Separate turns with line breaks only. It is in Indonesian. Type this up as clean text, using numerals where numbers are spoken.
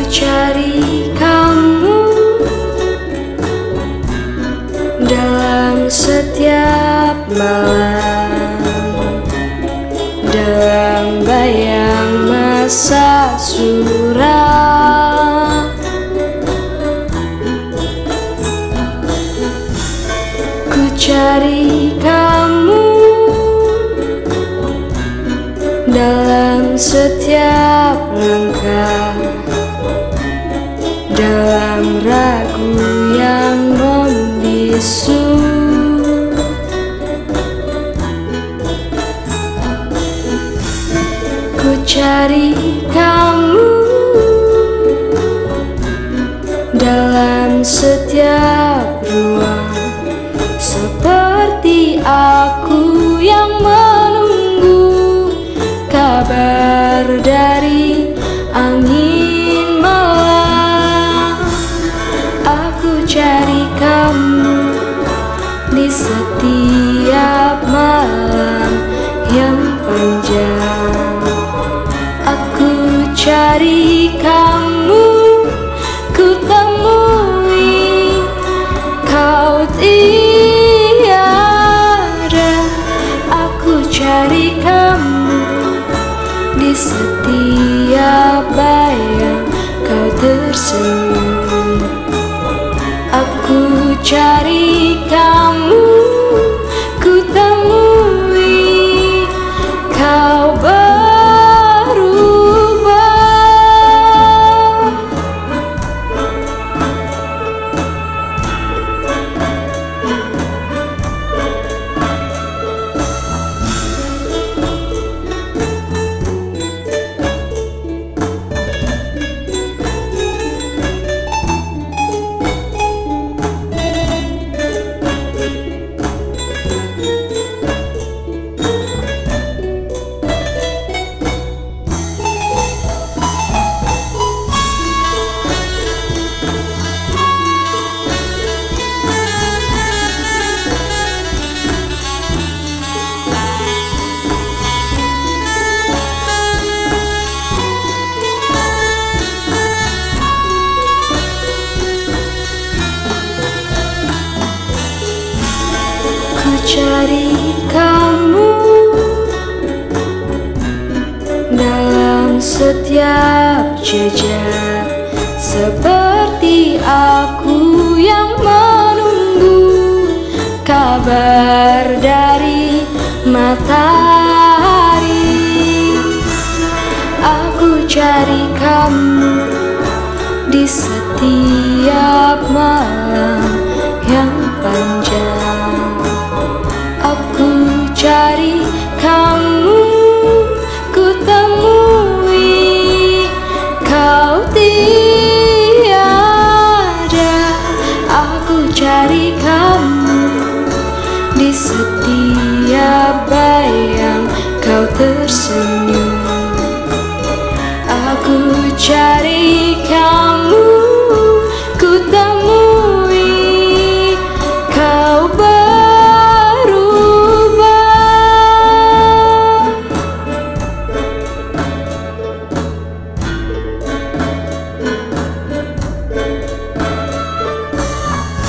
cari kamu dalam setiap malam, dalam bayang masa suram. Ku cari kamu dalam setiap langkah, dalam ragu yang membisu. Ku cari kamu dalam setiap ruang, seperti aku yang menunggu kabar dari angin malam. Aku cari kamu di setiap malam yang panjang. Aku cari kamu, ku temui kau tiada. Aku cari kamu di setiap bayang kau tersenyum. Aku cari kamu, ku temui kau berubah. Ku cari kamu dalam setiap jejak, seperti aku yang menunggu kabar dari matahari. Aku cari kamu di setiap malam yang panjang. Aku cari kamu, ku temui kau tiada. Aku cari kamu di setiap bayang kau tersenyum.